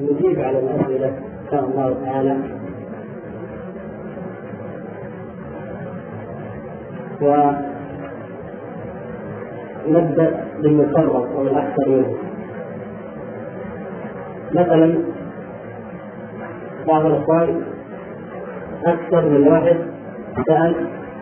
نجيب على الأسئلة إن شاء الله تعالى. ونبدأ بالمفرط أو الأكثر منه. مثلا بعض الأخوان أكثر من واحد سأل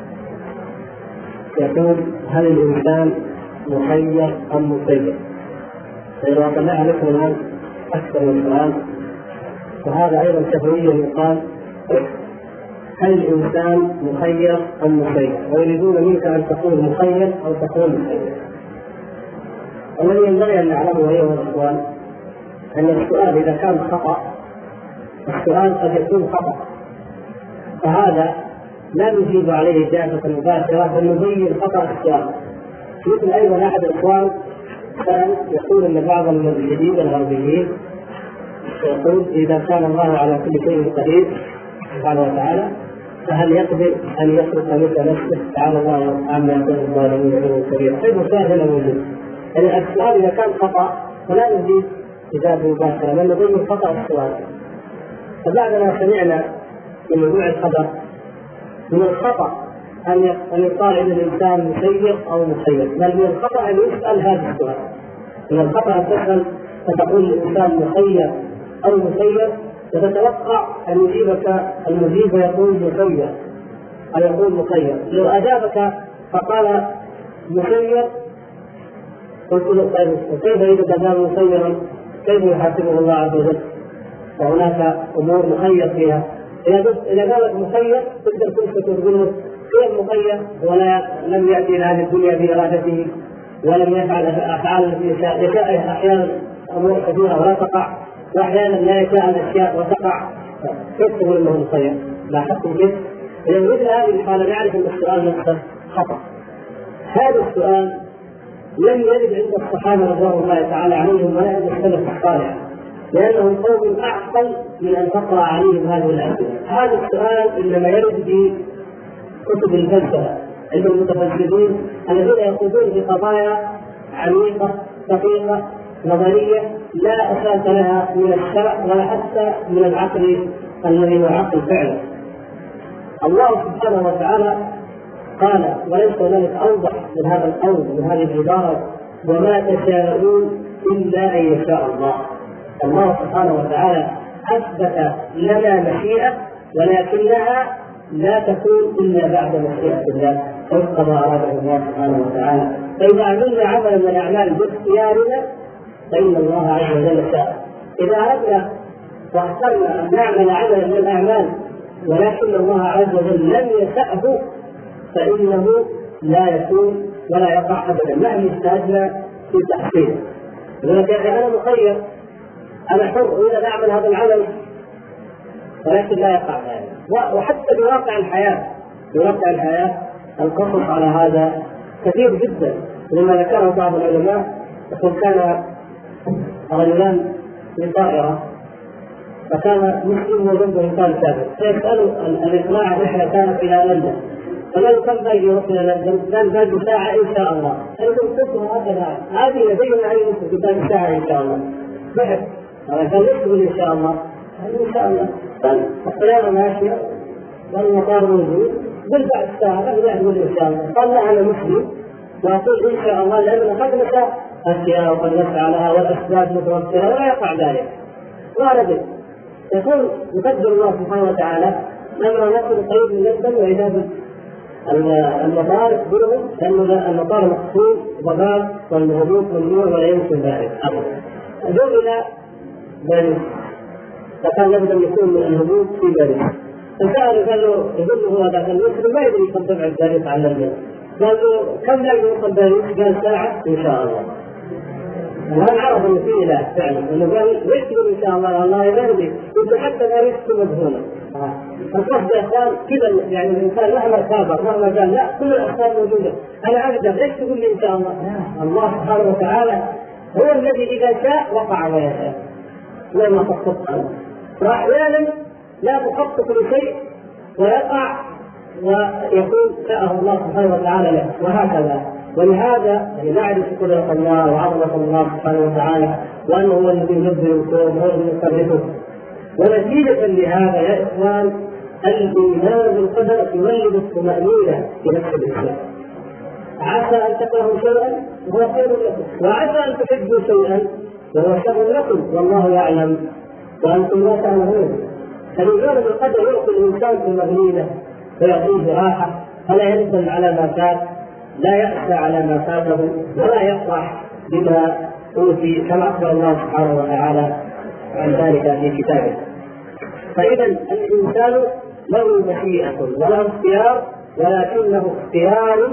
يقول: هل الإنسان مخير أم مسير؟ فإذا طلع لكم الآن أكثر من سؤال، وهذا أيضا شفويا يقال: هل الإنسان مخير أم مسير؟ ويريدون منك أن تقول مخير أو تقول مسير. الذي ينبغي أن نعلمه أيها الأخوان أن السؤال إذا كان خطأ، السؤال قد يكون خطأ، فهذا لا نجيب عليه إجابة مباشرة بل نبين خطأ السؤال. مثل أيضا أحد الإخوان سأل يقول أن بعض الملحدين الغربيين يقول: إذا كان الله على كل شيء قدير سبحانه وتعالى فهل يقدر أن يخلق مثل نفسه؟ تعالى الله عما يقول الظالمون علوا كبيرا. كيف السؤال هنا موجود؟ يعني السؤال إذا كان خطأ فلا نجيب إجابة مباشرة بل نبين خطأ السؤال. فبعدما سمعنا في موضوع الخبر من الخطأ أن يقال إن الإنسان مسير أو مخير، بل من الخطأ أن يسأل هذا السؤال. من الخطأ أن تسأل فتقول الإنسان مخير أو مسير وتتوقع أن يجيبك المجيب ويقول مسير أو يقول مخير. لو أجابك فقال مسير قلت له: طيب وكيف إذا كان مسيرا كيف يحاسبه الله عز وجل؟ وهناك أمور مخير فيها. إذا قالت مخير تقدر تمسك وتقول له: كيف مخير ولا لم يأتي إلى هذه الدنيا بإرادته ولم يفعل أفعال التي يشاء أحيانا أمور كثيرة ولا تقع، وأحيانا لا يشاء الأشياء وتقع، كيف تقول أنه مخير؟ لاحظتم كيف؟ إذا مثل هذه الحالة نعرف أن السؤال نفسه خطأ. هذا السؤال لم يرد عند الصحابة رضوان الله تعالى عليهم ولا عند السلف الصالح، لأنهم قوم أعقل من أن تقرأ عليهم هذه الأسئلة. هذا السؤال إنما يرد في كتب الفلسفة عند المتفلسفين الذين يخوضون في قضايا عميقة دقيقة نظرية لا أساس لها من الشرع ولا حتى من العقل الذي هو عقل فعلا. الله سبحانه وتعالى قال: وليس هنالك أوضح من هذا القول من هذه العبارة: وما تشاءون إلا أن يشاء الله. الله سبحانه وتعالى أثبت لنا مشيئة ولكنها لا تكون إلا بعد مشيئة الله وفق ما أراده الله سبحانه وتعالى. فإذا عملنا عملا من الأعمال باختيارنا فإن الله عز وجل شاء. إذا أردنا واخترنا أن نعمل عملا من الأعمال ولكن الله عز وجل لم يشأه فإنه لا يكون ولا يقع أبدا مهما اجتهدنا في تحصيله. لذلك أنا مخير، أنا حر إذا أعمل هذا العمل ولكن لا يقع ذلك. وحتى بواقع الحياة القصص على هذا كثير جدا. لما ذكره بعض العلماء يقول: كان رجلان في طائرة فكان مسلم وجنبه إنسان كافر، فيسألوا الإقلاع الرحلة كانت إلى لندن، فقالوا: كم باقي وقت إلى لندن؟ قال: باقي ساعة إن شاء الله. قالوا: قلت هكذا هذه لدينا أي مسلم باقي ساعة إن شاء الله. بحث قال: ليش تقول إن شاء الله؟ قال: إن شاء الله. قال: الطيارة ماشية والمطار موجود، قل بعد ساعة قبل لا تقول إن شاء الله. قال: لا أنا مسلم وأقول إن شاء الله لأننا قد نسى أشياء وقد نفعلها والأسباب متوفرة ولا يقع ذلك. وهذا يقول يقدر الله سبحانه وتعالى لما نصل قريب من لندن وإذا المطار يخبرهم أن المطار مقفول وباب والهبوط ممنوع ولا يمكن ذلك أبدا. أجوا إلى باريس فكان لابد أن يكون من الهبوط في باريس. فسأل قال له: يقول هو هذا المسلم ما يدري كم تبعد باريس عن لندن. قال له: كم لا يوصل باريس؟ قال: ساعة إن شاء الله. الآن عرف أن فيه إله فعلا، أنه قال: ليش تقول إن شاء الله؟ الله يبارك أنت حتى باريس مدهونة. القصد يا إخوان كذا، يعني الإنسان مهما كابر مهما قال لا كل الأسباب موجودة، أنا أقدر، ليش تقول لي إن شاء الله؟ الله سبحانه وتعالى هو الذي إذا شاء وقع ويشاء وما تخطط عنه. وأحيانا لا تخطط لشيء ويقع ويكون شاءه الله سبحانه وتعالى له، وهكذا. ولهذا نعرف قدرة الله وعظمة الله سبحانه وتعالى، وأنه هو الذي يدبر الكون وهو الذي يصرفه. ونتيجة لهذا يا إخوان الإيمان بالقدر يولد الطمأنينة في نفس الإنسان. عسى أن تكرهوا شيئا وهو خير لكم، وعسى أن تحبوا شيئا وهو شر لكم، والله يعلم وأنتم لا تعلمون. فالإيمان بالقدر يعطي الإنسان طمأنينة ويعطيه راحة، فلا يندم على ما فات، لا يأسى على ما فاته، ولا يفرح بما أوتي، كما أخبر الله سبحانه وتعالى عن ذلك في كتابه. فإذا الإنسان له مشيئة وله اختيار، ولكنه اختيار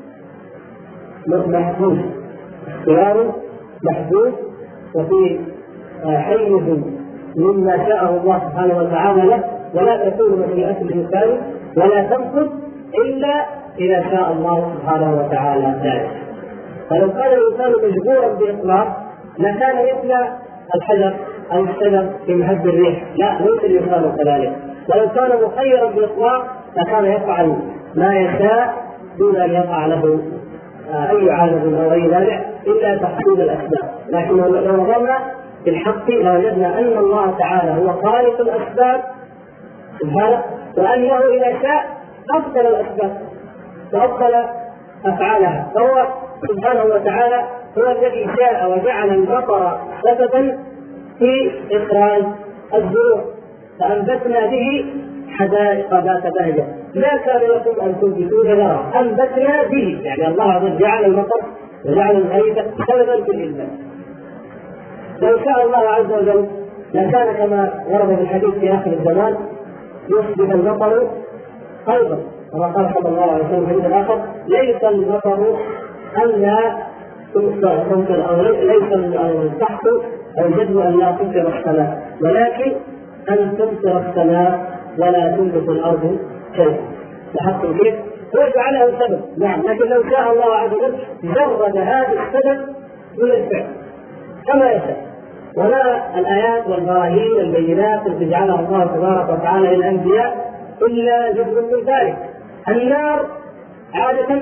محدود، اختيار محدود وفي حيز مما شاءه الله سبحانه وتعالى له، ولا تكون مشيئة الإنسان ولا تنفذ إلا إذا شاء الله سبحانه وتعالى ذلك. فلو كان الإنسان مجبورا بإطلاق لكان يبنى الحجر أو الشجر في مهب الريح، لا، ليس الإنسان كذلك. ولو كان مخيرا بإطلاق لكان يفعل ما يشاء دون أن يقع له أي عارض أو أي مانع إلا تحديد الأسباب. لكن لو نظرنا في الحق لوجدنا أن الله تعالى هو خالق الأسباب سبحانه، وأنه إذا شاء أفضل الأسباب وأفضل أفعالها. فهو سبحانه وتعالى هو الذي شاء وجعل المطر سببا في إخراج الزروع، فأنبتنا به حدائق ذات بهجة، ما كان لكم أن تنبتوا شجرا، أنبتنا به، يعني الله عز وجل جعل المطر وجعل الغيث سببا في الإنبات. لو شاء الله عز وجل لكان كما ورد في الحديث في آخر الزمان يصبح المطر أيضا، كما قال صلى الله عليه وسلم في الحديث الآخر: ليس المطر أن لا تمطر، أو ليس البحث أو الجدب أن لا تمطر السماء، ولكن أن تمطر السماء ولا تنبت الأرض شيئا. لاحظتم كيف؟ هو جعله سبب، نعم، لكن لو شاء الله عز وجل جرد هذا السبب من الفعل كما يشاء. ولا الآيات والبراهين البينات التي جعلها الله تبارك وتعالى للأنبياء إلا جزء من ذلك. النار عادة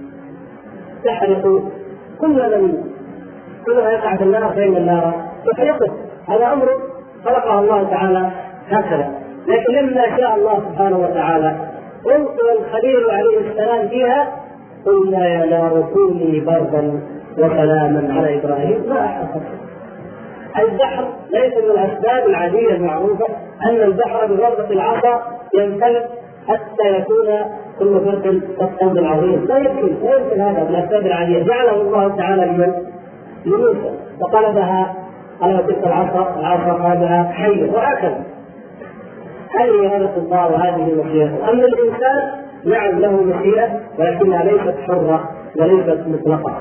تحرق كل ما يقع في النار فإن النار تحرقه، هذا أمر خلقه الله تعالى هكذا. لكن لما شاء الله سبحانه وتعالى ألقي الخليل عليه السلام فيها: قلنا يا نار كوني بردا وسلاما على إبراهيم ما أحرقت. البحر ليس من الأسباب العادية المعروفة أن البحر بضربة العصا ينفلق حتى يكون كل فرد كالطود العظيم، لا يمكن هذا من الأسباب العادية. جعله الله تعالى لموسى وقلبها على تلك العصا قلبها حية، وهكذا. هذه إرادة الله وهذه مشيئته. أما الإنسان نعم له مشيئة ولكنها ليست حرة وليست مطلقة.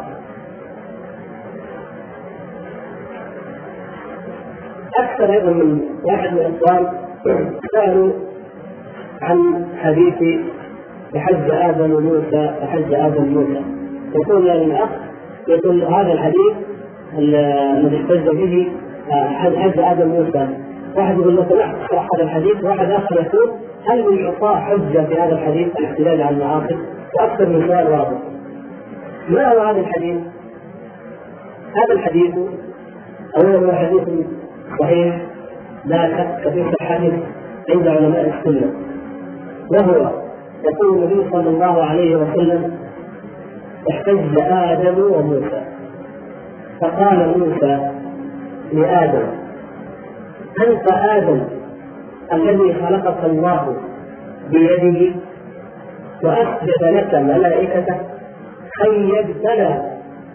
أكثر أيضا من واحد من الإخوان سألوا عن حديث حج آدم موسى، يقول يعني الأخ يقول هذا الحديث الذي احتج به حج آدم موسى، واحد يقول له سمعت اشرح هذا الحديث، واحد آخر يقول هل من إعطاء حجة في هذا الحديث الاحتجاج على المعاصي؟ وأكثر من سؤال واضح. ما هو هذا الحديث؟ هذا الحديث أولا هو حديث صحيح لا شك في صحته عند علماء السنة، وهو يقول النبي صلى الله عليه وسلم: احتج آدم وموسى، فقال موسى لآدم: أنت آدم الذي خلقك الله بيده وأسجد لك ملائكته، خيبتنا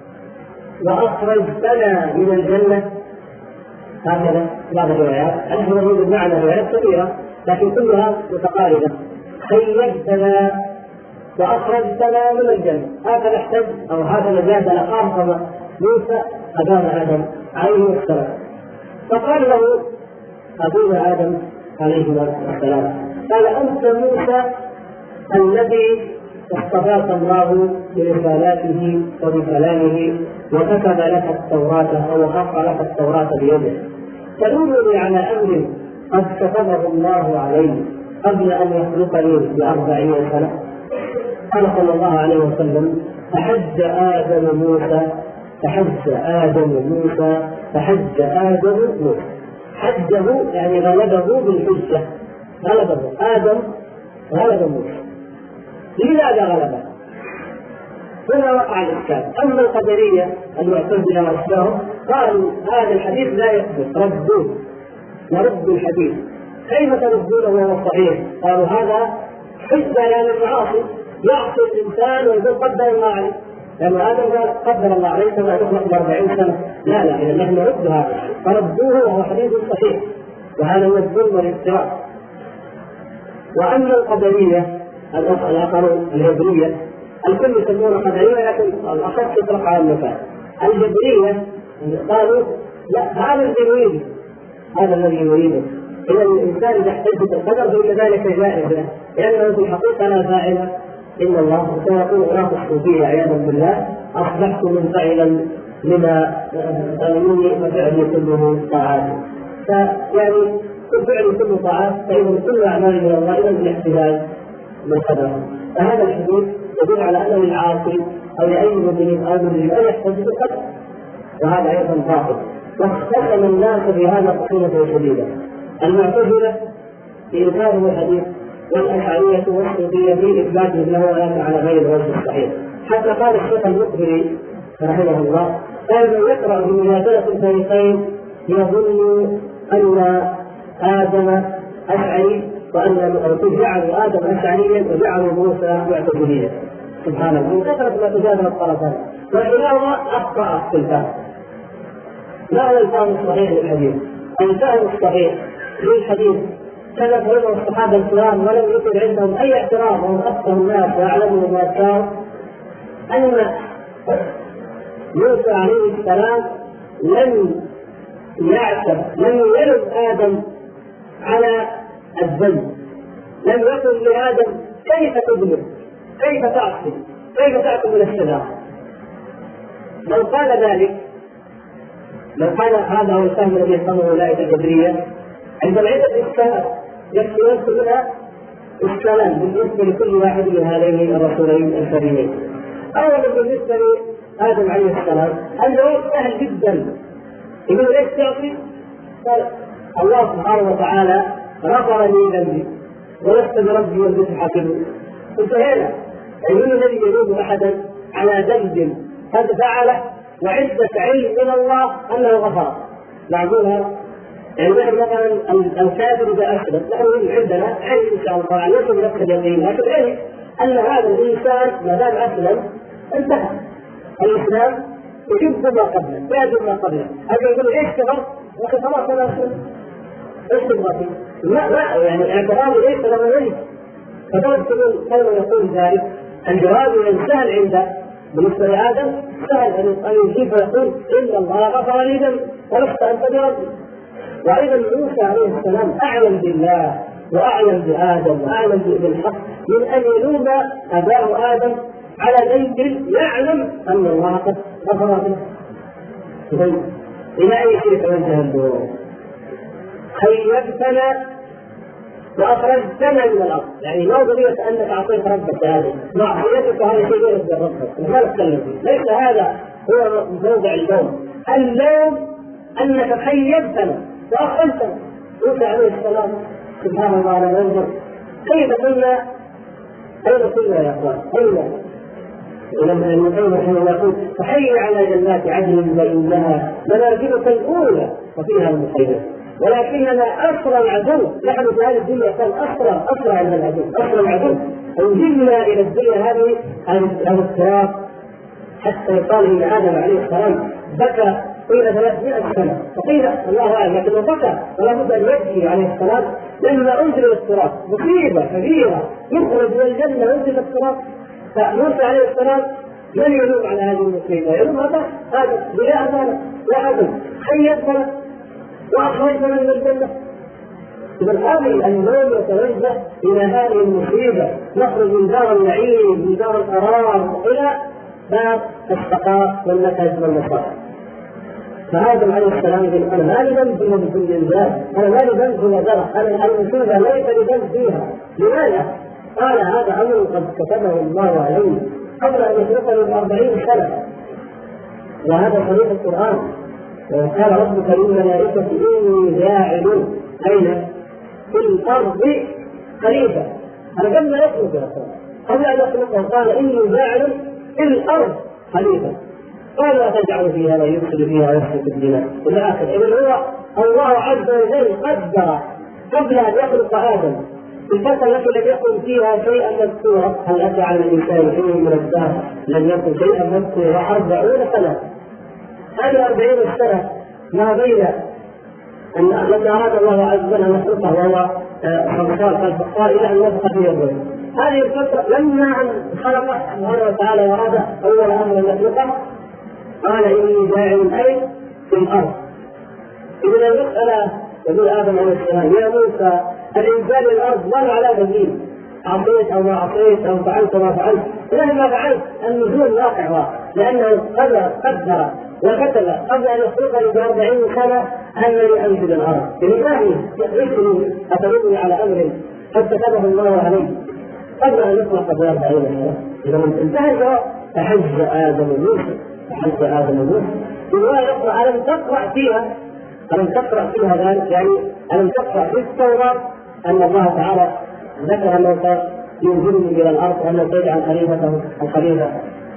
وأخرجتنا من الجنة. هكذا بعض الروايات، نحن نريد بمعنى روايات كثيرة لكن كلها متقاربة. خيبتنا وأخرجتنا من الجنة، هذا احتج أو هذا جادل أخاصم موسى أمام آدم عليه السلام. فقال له أبونا آدم عليه السلام: قال أنت موسى الذي اصطفاك الله برسالاته وبكلامه وكتب لك التوراة أو وقع لك التوراة بيده، تدلني على أمر قد كتبه الله علي قبل أن يخلقني ب40 سنة. قال صلى الله عليه وسلم: فحج آدم موسى فحج آدم موسى فحج آدم موسى. حجه يعني غلبه بالحجة، غلبه آدم غلب موسى. لماذا غلبه؟ هنا وقع الإشكال. أما القدرية المعتزلة وأشباههم قالوا هذا الحديث لا يثبت، ردوه وردوا الحديث. كيف تردونه وهو صحيح؟ قالوا هذا حجة على المعاصي، يعصي الإنسان ويقول قدر الله عليه، لأن هذا قال قدر الله عليه كما يخلق ب40 سنة. لا إذا نحن نرد هذا، فردوه وهو حديث صحيح، وهذا هو الظلم والافتراء. وأما القدرية الآخرون الجبرية، الكل يسمونه قدرية لكن الأخص يطلق على المثال. الجبرية قالوا لا، هذا الذي يريده، هذا الذي يريده. إذا الإنسان إذا احتج بالقدر فإن ذلك جائز له، لأنه في الحقيقة لا فاعل إلا الله. وسيقول أناس الصوفية عياذا بالله أصبحت منفعلا لما مني وفعلي كله طاعات. فيعني الفعل كله طاعات، فإذا كل أعمال من الله إذا بالاحتجاج بالقدر. فهذا الحديث يدل على أنه العاصي أو لأي مؤمن أو مؤمن لا يحتج بالقدر، وهذا أيضا باطل. واختلف الناس في هذا قصيدة شديدة، المعتزلة في إنكارهم الحديث، والأشعرية والصوفية في إثباته له ولكن على غير الوجه الصحيح. حتى قال الشيخ المقبري رحمه الله قال من يقرأ بمنازلة الفريقين يظن أن آدم أشعري وأن الرسول جعلوا آدم أشعريا وجعلوا موسى معتزليا. سبحان الله، من كثرة ما تجادل الطرفان، وكلاهما أخطأ في الفهم. لا هو الفهم الصحيح للحديث، الفهم الصحيح للحديث كما فهمه الصحابة الكرام ولم يكن عندهم أي اعتراض، وهم أفقه الناس وأعلمهم الأفكار، أن موسى عليه السلام لم يلم آدم على الذنب، لم يقل لآدم كيف تذنب، كيف تعصي، كيف تأكل من الشجرة. لو قال ذلك، لو قال هذا هو الفهم الذي يفهمه أولئك الجبرية، عند العدة الإشكالات يكفي يذكر منها إشكالان بالنسبة لكل واحد من هذين الرسولين الكريمين. أولا بالنسبة لآدم عليه السلام أنه سهل جدا، يقول ليش تعصي؟ قال الله سبحانه وتعالى غفر لي ذنبي ولست بربي والبيت حاكم. انتهينا. أيون الذي يلوم أحدا على ذنب قد فعله وعدة علم من الله أنه غفر؟ معقولها؟ يعني نحن مثلا الكافر إذا أسلم نحن عندنا علم إن شاء الله طبعا ليس بنفس اليقين، لكن علم أن هذا الإنسان ما دام أسلم انتهى الإسلام، يجب ما قبله يجب ما قبله. هذا يقول إيش كفر؟ لكن خلاص أنا أسلم، إيش تبغى فيه؟ لا يعني اعتراضي ليس لما يجب. فقد يقول ذلك الجواب سهل عنده بالنسبة لآدم، سهل أن يجيب ويقول إن الله غفر لي ذنب ولست أنت بربي. وأيضا موسى عليه السلام أعلم بالله وأعلم بآدم وأعلم بالحق من أن يلوم أباه آدم على ذنب يعلم أن الله قد غفر له. إلى أي شيء توجه الدور؟ خيبتنا وأخرجتنا من الأرض، يعني ما ضرورة أنك أعطيت ربك هذا، معصيتك هذا شيء غير ربك، ما نتكلم فيه، ليس هذا هو موضع اللوم. اللوم أنك خيبتنا وأخرجتنا. موسى عليه السلام سبحان الله على منظر كيف كنا، أين كنا يا أخوان؟ أين؟ ولما المؤمن رحمه يقول فحي على جنات عدن وإنها منازلك الأولى وفيها المخيم، ولكننا أسرى العدو. نحن في هذه الدنيا كان أسرى عند العدو، أسرى العدو. أنزلنا إلى الدنيا هذه التراب حتى يقال إن آدم عليه السلام بكى قيل 300 سنة وقيل الله أعلم، لكنه بكى ولا بد أن يبكي عليه السلام لما أنزل التراب. مصيبة كبيرة، يخرج من الجنة وينزل التراب. فموسى عليه السلام من يلوم على هذه المصيبة؟ يلوم هذا بلا أمانة لا عدل، خيبنا وأخرجنا من الجنة. إذا هذه اللوم يتوجه إلى هذه المصيبة، نخرج من دار النعيم من دار القرار إلى باب الشقاء والنكد والمصائب. فآدم عليه السلام يقول أنا ما لي ذنب في كل الإنسان، أنا ما لي ذنب في نظرة، أنا المصيبة ليس لي ذنب فيها. لماذا؟ قال هذا أمر قد كتبه الله عليه قبل ان يخلقنا ب40 سنه، وهذا صريح القران. وقال ربك للملائكه اني جاعل اين في الارض خليفه. هذا قبل ما يخلق، قبل ان يخلقه قال اني جاعل في الارض خليفه. قال لا تجعل فيها من يفسد فيها ويسفك الدماء الى اخره. اذا هو الله عز وجل قدر قبل ان يخلق ادم في الفتره التي لم يكن فيها شيئا مذكورا. هل اتى على الانسان حين من الدهر لم يكن شيئا مذكورا 40 سنه. هذه 40 سنه ما بين ان لما اراد الله عز وجل ان يخلقه وهو خلق الى ان نفخ فيه الروح. هذه الفتره لما ان خلقه سبحانه وتعالى واراد اول امر ان يخلقه قال اني جاعل اي في الارض. اذا المساله يقول ادم عليه السلام يا موسى الانسان الارض ما له علاقه به، عصيت او ما عصيت او فعلت ما فعلت، مهما فعلت النزول واقع، لانه قدر وكتب قبل ان يخلقني ب40 سنه انني انزل الارض. لله يخلقني اتدلني على امر قد كتبه الله عليه قبل ان يخلق ب40 سنه. اذا انتهى فحج ادم موسى رواية أخرى ألم تقرأ فيها ذلك، يعني ألم تقرأ في التوراة أن الله تعالى ذكر أنه ينزلني إلى الأرض وأنه سيجعل الخليفة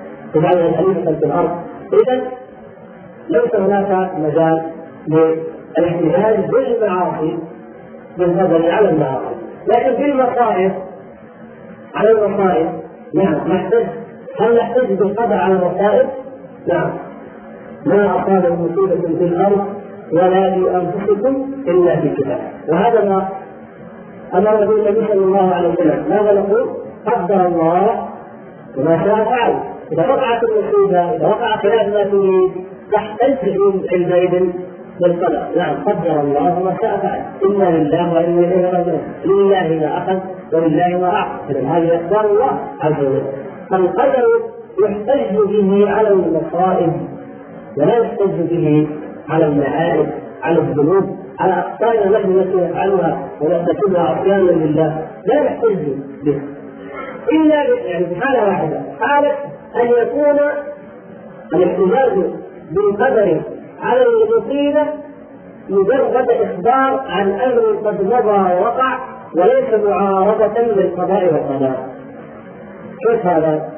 في الأرض. إذن ليس هناك مجال للاحتجاج بالمعاصي بالفضل على المعاصي، لكن في المصائب على المصائب نعم نحتج. هل نحتج بالقدر على المصائب؟ نعم. ما أصاب مصيبة في الأرض ولا في أنفسكم إلا في كتاب. وهذا ما أمر به النبي صلى الله عليه وسلم. ماذا نقول؟ قدر الله وما شاء فعل. إذا وقعت المصيبة، إذا وقع خلاف ما تريد، تحتج عندئذ بالقدر. نعم قدر الله وما شاء فعل. إنا لله وإنا إليه راجعون. لله ما أخذ ولله ما أعطى. هذه أقدار الله عز وجل. فالقدر يحتج به على المصائب ولا يحتج به على المعارف، على الذنوب، على أخطائنا نحن التي نفعلها ونرتكبها عصيانا لله، لا يحتج به إلا يعني في حالة واحدة، حالة أن يكون الاحتجاج بالقدر على المصيبة مجرد إخبار عن أمر قد مضى ووقع وليس معارضة للقضاء والقدر. كيف هذا؟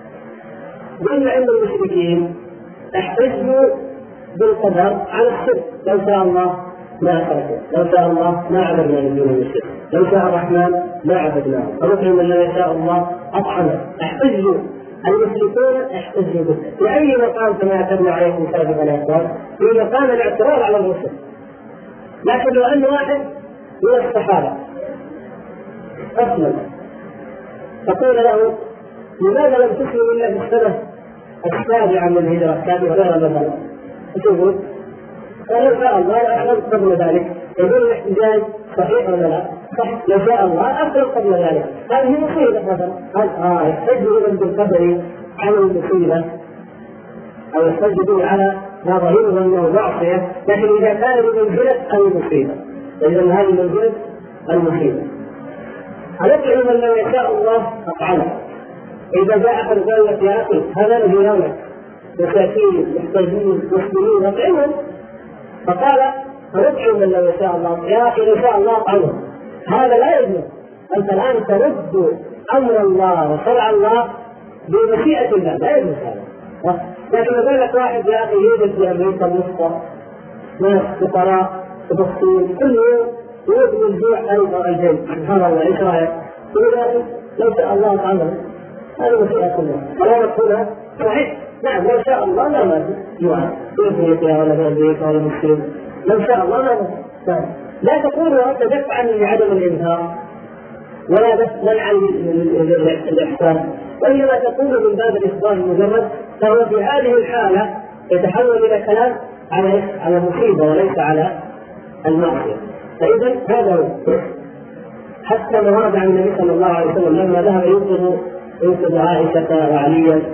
قلنا عند المشركين احتجوا بالقدر على الشرك، لو شاء الله ما أشركوا، لو شاء الله ما عبدنا من دون الشرك، لو شاء الرحمن ما عبدناه، ونطعم من لا يشاء الله أطعمه. احتجوا المشركون احتجوا به في أي مقام كما اعتدنا عليكم سابقا يا إخوان، في مقام الاعتراض على الرسل. لكن لو أن واحد من الصحابة أسلم فقيل له لماذا لم تسلم إلا في السنة 7 من الهجرة الثانية غير مثلا؟ ايش يقول؟ قال لو شاء الله أعلم قبل ذلك. يقول الاحتجاج صحيح ولا لا؟ صح. لو شاء الله أفضل قبل ذلك. هذه مصيبة مثلا. قال يحتج إذن بالقدر على المصيبة أو يحتج به على ما ظهره أنه معصية، لكن إذا كان بمنزلة المصيبة، إذن هذه منزلة المصيبة. أنطعم من لا يشاء الله أطعمه. إذا جاء أحد قال لك يا أخي هذا هي يومك مساكين محتاجين مسلمين أطعمهم، فقال أنطعم من لا يشاء الله، يا أخي إن شاء الله أطعمهم. هذا لا يجوز. أنت الآن ترد أمر الله وشرع الله بمشيئة الله، لا يجوز هذا. لكن يقول لك واحد يا أخي يوجد في أمريكا الوسطى ناس فقراء وفقير كل يوم يوجد الجوع أو الجيش، سبحان الله إيش رأيك؟ يقول يا أخي لو شاء الله أطعمهم. هذه مشيئة الله ولا نقولها صحيح. نعم لو شاء الله لا مانع جوعا في أفريقيا ولا في أمريكا ولا مسلم، لو شاء الله لا مانع. لا تقول أنت دفعا لعدم الإنفاق ولا منعا للإحسان، وإنما تقول من باب الإخبار المجرد، فهو في هذه الحالة يتحول إلى كلام على مصيبة وليس على المعصية. فإذا هذا هو. حتى ما ورد عن النبي صلى الله عليه وسلم لما ذهب ينقذ عائشة وعليا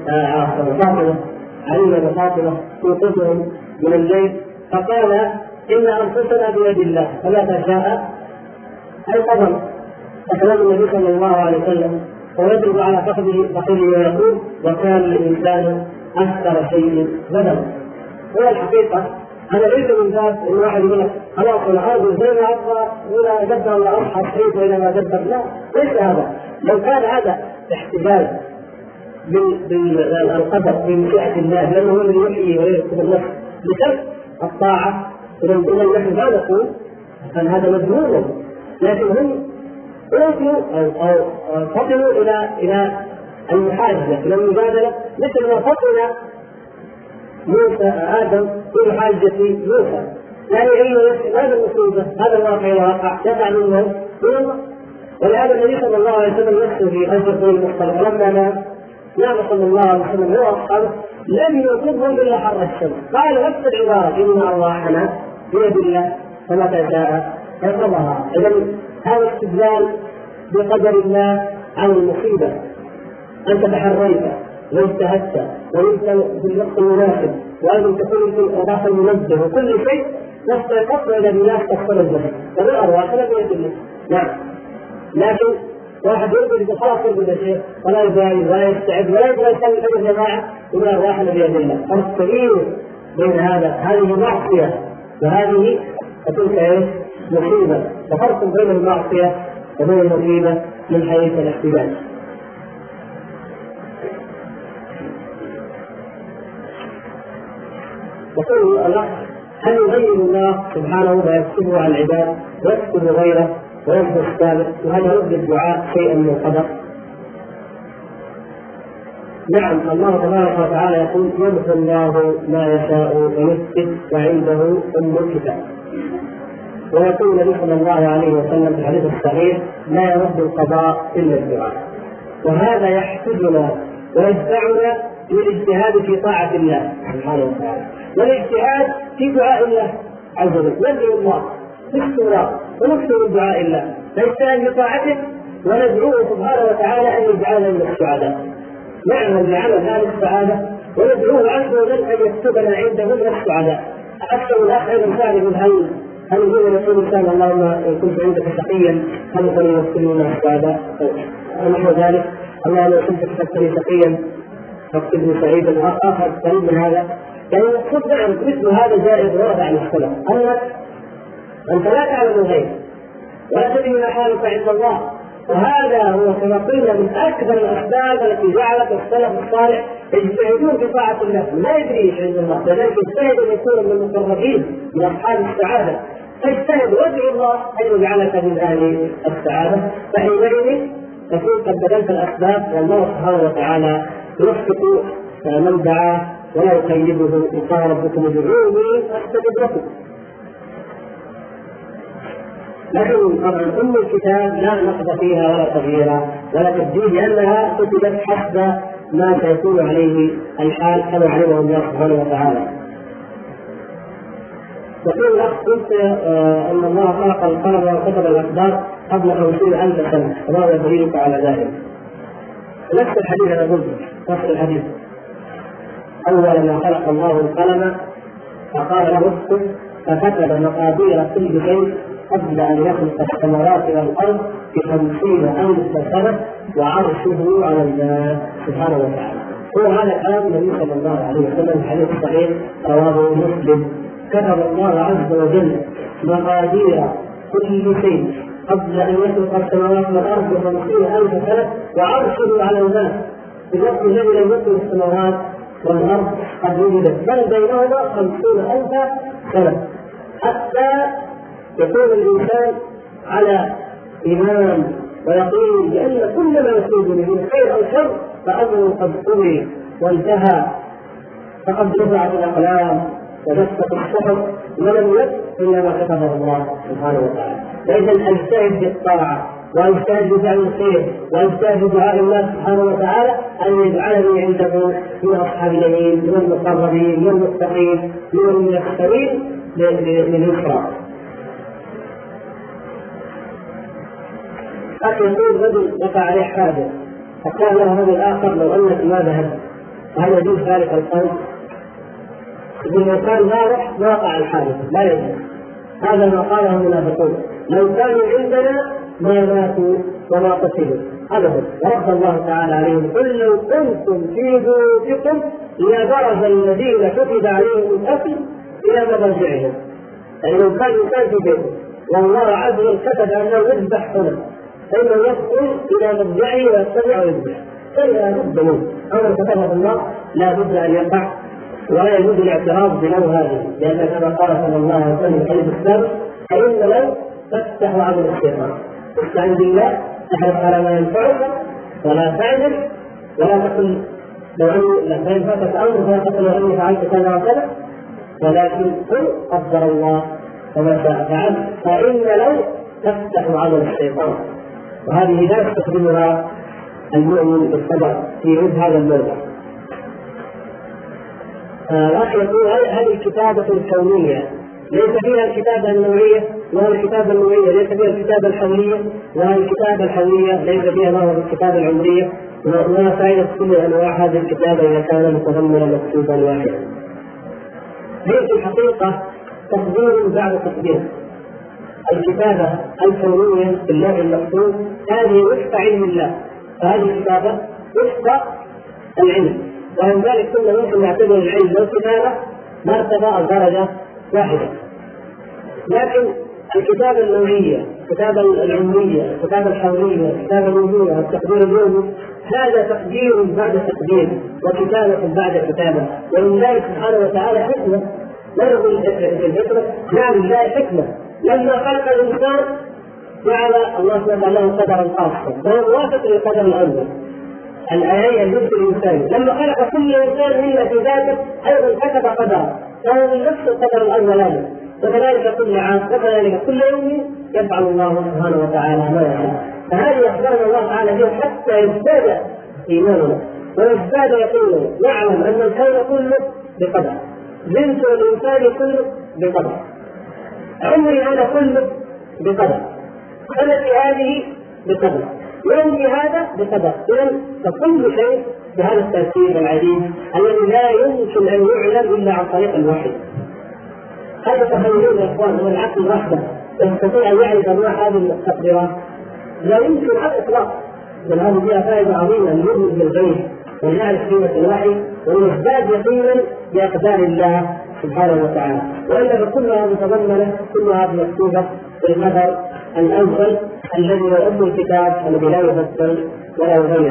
علي وفاطمة ينقذهم من الليل، فقال إن أنفسنا بيد الله فلا تشاء القدر. فكلام النبي صلى الله عليه وسلم ويضرب على فخذه ويقول وكان الإنسان أكثر شيء غضبا. هو الحقيقة أنا ليس من باب إن واحد يقول لك خلاص العاقل زي ما أبغى ولا قدر ولا أرحب شيء وإذا ما قدر، لا ليس هذا. لو كان هذا احتجاج بالقدر بمشيئة الله لأنه هو الذي يحيي ويكتب النفس بشرط الطاعة، إذا نحن لا نقول أن هذا مذموم، لكن هم أوتوا أو فطنوا إلى المحاجة إلى المجادلة مثل ما فطن موسى آدم في حاجة موسى، يعني علم هذا المصيبة هذا الواقع الواقع يقع منه من الله. ولهذا النبي صلى الله عليه وسلم نفسه في غزوة المختلف لما نام صلى الله عليه وسلم هو أصحابه لم يصبهم إلا حر الشمس، قال نفس العبارة إن أرواحنا بيد الله فمتى شاء يقضها. إذا هذا استدلال بقدر الله عن المصيبة. أنت تحريت واجتهدت وانت في الوقت المناسب وأنت تكون في الأوقات المنزه وكل شيء واستيقظت إلى بالله تقتل الجسد والأرواح لا بيد الله. نعم، لكن واحد يرقد خلاص يرقد شيء ولا يبالي ولا يستعد ولا يبغى يسوي أي جماعة ولا أرواحنا بيد الله. فرق كبير بين هذه معصية وهذه تلك ايش؟ مصيبة. وفرق بين المعصية وبين المصيبة من حيث الاحتجاج. يقول الله هل يبين الله سبحانه ويكتبه على العباد ويكتب غيره ويكتب السابق، وهل يرد الدعاء شيئا من القدر؟ نعم، الله تبارك وتعالى يقول يمحو الله ما يشاء ويثبت وعنده أم الكتاب. ويقول النبي صلى الله عليه وسلم في الحديث الصحيح لا يرد القضاء إلا الدعاء. وهذا يحتجنا ويدفعنا للاجتهاد في طاعة الله سبحانه وتعالى والاجتهاد في دعاء الله عز وجل. ندعو الله باستمرار ونكثر الدعاء الله نجتهد في طاعته وندعوه سبحانه وتعالى أن يجعلنا من السعداء، نعمل بعمل هذه السعادة وندعوه عز وجل أن يكتبنا عنده من السعداء. أكثر الأخ أيضا يقول هل يقول رسول الله اللهم إن كنت عندك شقيا هل يمثلني من السعداء ونحو ذلك، اللهم إن كنت كتبتني شقيا فاكتبني سعيدا آخر قريب من هذا. يعني المقصود نعم مثل هذا جائز ورد عن السلف أنت لا تعلم الغيب ولا تدري ما حالك عند الله، وهذا هو كما قلنا من أكبر الأسباب التي جعلت السلف الصالح يجتهدون في طاعة الله لا يدري ايش عند الله، لذلك يجتهد ان يكون من المقربين من أصحاب السعادة. فاجتهد وادعو الله أن يجعلك من أهل السعادة، فحينئذ تكون قد بذلت الأسباب والله سبحانه وتعالى يوفق من دعاه ولا يقيده. قال ربكم ادعوني أستجب لكم. لكن طبعا أم الكتاب لا نقض فيها ولا تغييرها ولا تبديل لأنها كتبت حسب ما سيكون عليه الحال كما علمه الله سبحانه وتعالى. يقول الأخ قلت أن الله خلق القلم وكتب الأقدار قبل 50,000 سنة، وما دليلك على ذلك؟ نفس الحديث أنا قلت نفس الحديث. أول ما خلق الله القلم فقال له اكتب فكتب مقادير كل شيء قبل أن يخلق السماوات والأرض في 50,000 سنة وعرشه على الله سبحانه وتعالى. هو هذا كلام النبي صلى الله عليه وسلم الحديث الصحيح رواه مسلم. كتب الله عز وجل مقادير كل شيء قبل أن يخلق السماوات والأرض ب 50,000 سنة وعرشه على الماء في الوقت الذي لم يكن السماوات والأرض قد وجدت، بل بينهما 50,000 سنة، حتى يكون الإنسان على إيمان ويقين بأن كل ما يصيبني من خير أو شر فأمره قد قضي وانتهى، فقد رفعت الأقلام وجفت الصحف ولم يكن إلا ما كتبه الله سبحانه وتعالى. فإذا أجتهد بالطاعة واجتهد بفعل الخير واجتهد بدعاء الله سبحانه وتعالى أن يجعلني عنده من أصحاب اليمين من المقربين من المتقين من الميسرين لليسرى. حتى يقول رجل وقع عليه حادث فقال له رجل آخر لو أنك ما ذهبت هل يجوز ذلك القول؟ إذا كان لا رح واقع الحادث لا يجوز. هذا ما قاله المنافقون لو كانوا عندنا ما ماتوا وما قتلوا أبدا. ورد الله تعالى عليهم قل لو كنتم في بيوتكم لبرز الذين كتب عليهم القتل إلى مضاجعهم. يعني لو كان إنسان في بيته والله عز وجل كتب أنه يذبح هنا فإنه يدخل إلى مضجعه ويستمع ويذبح، فلا بد منه أمر كتبه الله لا بد أن يقع، ولا يجوز الاعتراض بنوع هذه، لأن كما قال صلى الله عليه وسلم في الحديث السابق فإن لو تفتح عمل الشيطان استعن بالله تحرص على ما ينفعك ولا تعجل ولا تقل لو أن فاتك أمر فلا تقل لو أني فعلت كذا وكذا، ولكن قل قدر الله وما شاء فعل، فإن لو تفتح عمل الشيطان. وهذه لا يستخدمها المؤمن بالصبر في مثل هذا الموضع. الأخ يقول هذه الكتابة الكونية ليس فيها الكتابة النوعية، وهذه الكتابة النوعية ليس فيها الكتابة الحولية، وهذه الكتابة الحولية ليس فيها ما هو الكتابة العمرية، وما فائدة كل أنواع هذه الكتابة إذا كان متضمنا مكتوبا واحدا. هي في الحقيقة تقدير بعد تقدير. الكتابة الكونية في اللوح المكتوب هذه وفق علم الله، فهذه الكتابة وفق العلم، ومن ذلك كنا ممكن نعتبر العلم والكتابة مرتبة أو درجة واحدة. لكن الكتابة النوعية، الكتابة العلمية، الكتابة الحولية، الكتابة الوجودية، التقدير اليومي، هذا تقدير بعد تقدير وكتابة بعد كتابة. ومن ذلك سبحانه وتعالى حكمة، لا نقول في الفطرة، نعم لله حكمة. لما خلق الإنسان جعل الله سبحانه له قدرا خاصا وهو موافق للقدر الأول الآية الجزء الإنساني. لما خلق كل إنسان منا في ذاته أيضا كتب قدرا فهو من نفس القدر الأولاني، وكذلك كل عام وكذلك كل يوم يفعل الله سبحانه وتعالى ما يشاء. فهذه أخبار الله تعالى بها حتى يزداد إيماننا ويزداد يقيننا، نعلم أن الكون كله بقدر، جنس الإنسان كله بقدر، عمري أنا كله بقدر، سنتي هذه بقدر، يومي هذا بقدر. إذن فكل شيء بهذا الترتيب العجيب الذي لا يمكن أن يعلم إلا عن طريق الوحي. هذا تخيلون يا إخوان، هو العقل وحده يستطيع أن يعرف أنواع هذه التقديرات؟ لا يمكن على الإطلاق. بل هذه فيها فائدة عظيمة أن نؤمن بالغيب ونعرف قيمة الوحي ونزداد يقينا بأقدار الله سبحانه وتعالى. وإلا كلها متضمنة، كلها مكتوبة في القدر الأول الذي هو أم الكتاب الذي لا يفصل ولا يغير.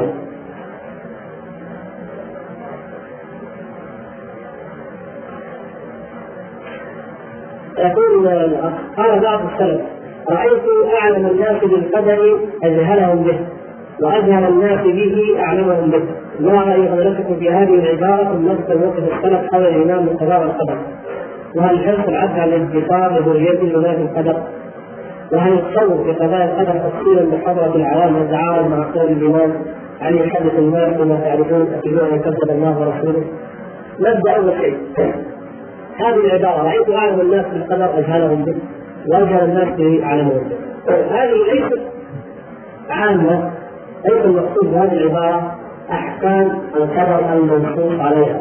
يقول قال بعض السلف رأيت أعلم الناس بالقدر أجهلهم به وأجهل الناس به أعلمهم به. ما رأي حضرتكم في هذه العبارة التي موقف السلف حول الإيمان بقضاء القدر؟ وهل حرص العبد على الانتصار لذريته بما في القدر؟ وهل يتصور في قضاء القدر تفصيلا بحضرة العوام والدعاوى مع قول الإمام علي يحدث الناس بما تعرفون أتجون أن كذب الله ورسوله؟ نبدأ أول شيء هذه العبارة رأيت أعلم الناس بالقدر أجهلهم به وأجهل الناس به أعلمهم به. هذه ليست عامة، ليس المقصود بهذه العبارة أحكام القدر المنصوص عليها.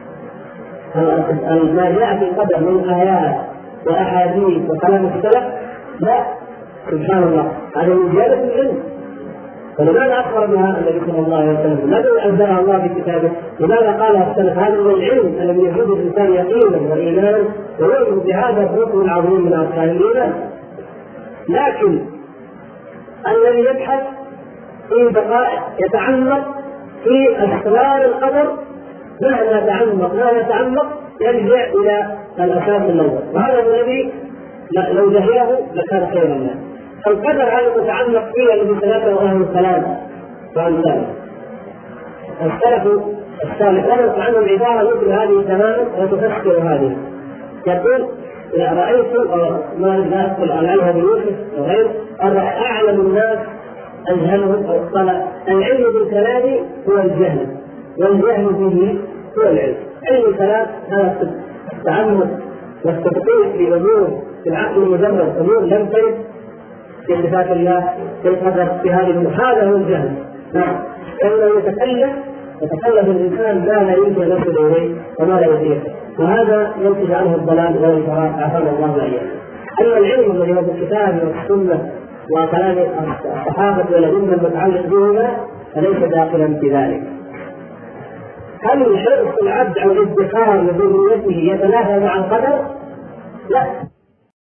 ما جاء في القدر من آيات وأحاديث وكلام السلف لا، سبحان الله، هذا من زيادة العلم. فلماذا أخبر بها النبي صلى الله عليه وسلم؟ لماذا أنزلها الله في كتابه؟ لماذا قالها السلف؟ هذا من العلم الذي يزيد الإنسان يقينا وإيمانا ويؤمن بهذا الركن العظيم من أركان الإيمان. لكن الذي يبحث في دقائق يتعمق في أسرار القدر مهما يتعمق يرجع إلى الأساس الأول، وهذا الذي لو جهله لكان خيرا له. القدر هذا متعلق فيه الذي ثلاثة أهل الكلام وأمثاله. السلف الصالح نقلت عنهم عبارة مثل هذه تماما وتفسر هذه. يقول رأيت ما لا أدخل عليها بيوسف وغيره أعلم الناس أجهلهم أو اطلع. العلم بالكلام هو الجهل والجهل به هو العلم. علم الكلام هذا التعمق والتدقيق في أمور في العقل المجرد، أمور لم ترد في صفات الله في القدر في هذه، هذا هو الجهل. لأنه يتكلف الإنسان ما لا يمكن أن يصل إليه وما لا يدركه، وهذا ينتج عنه الضلال والانحراف عافانا الله وإياه. أما العلم الذي هو بالكتاب والسنة وكلام الصحابة والأئمة المتعلق بهما فليس داخلا في ذلك. هل شرط العبد أو الادخار لذريته يتنافى مع القدر؟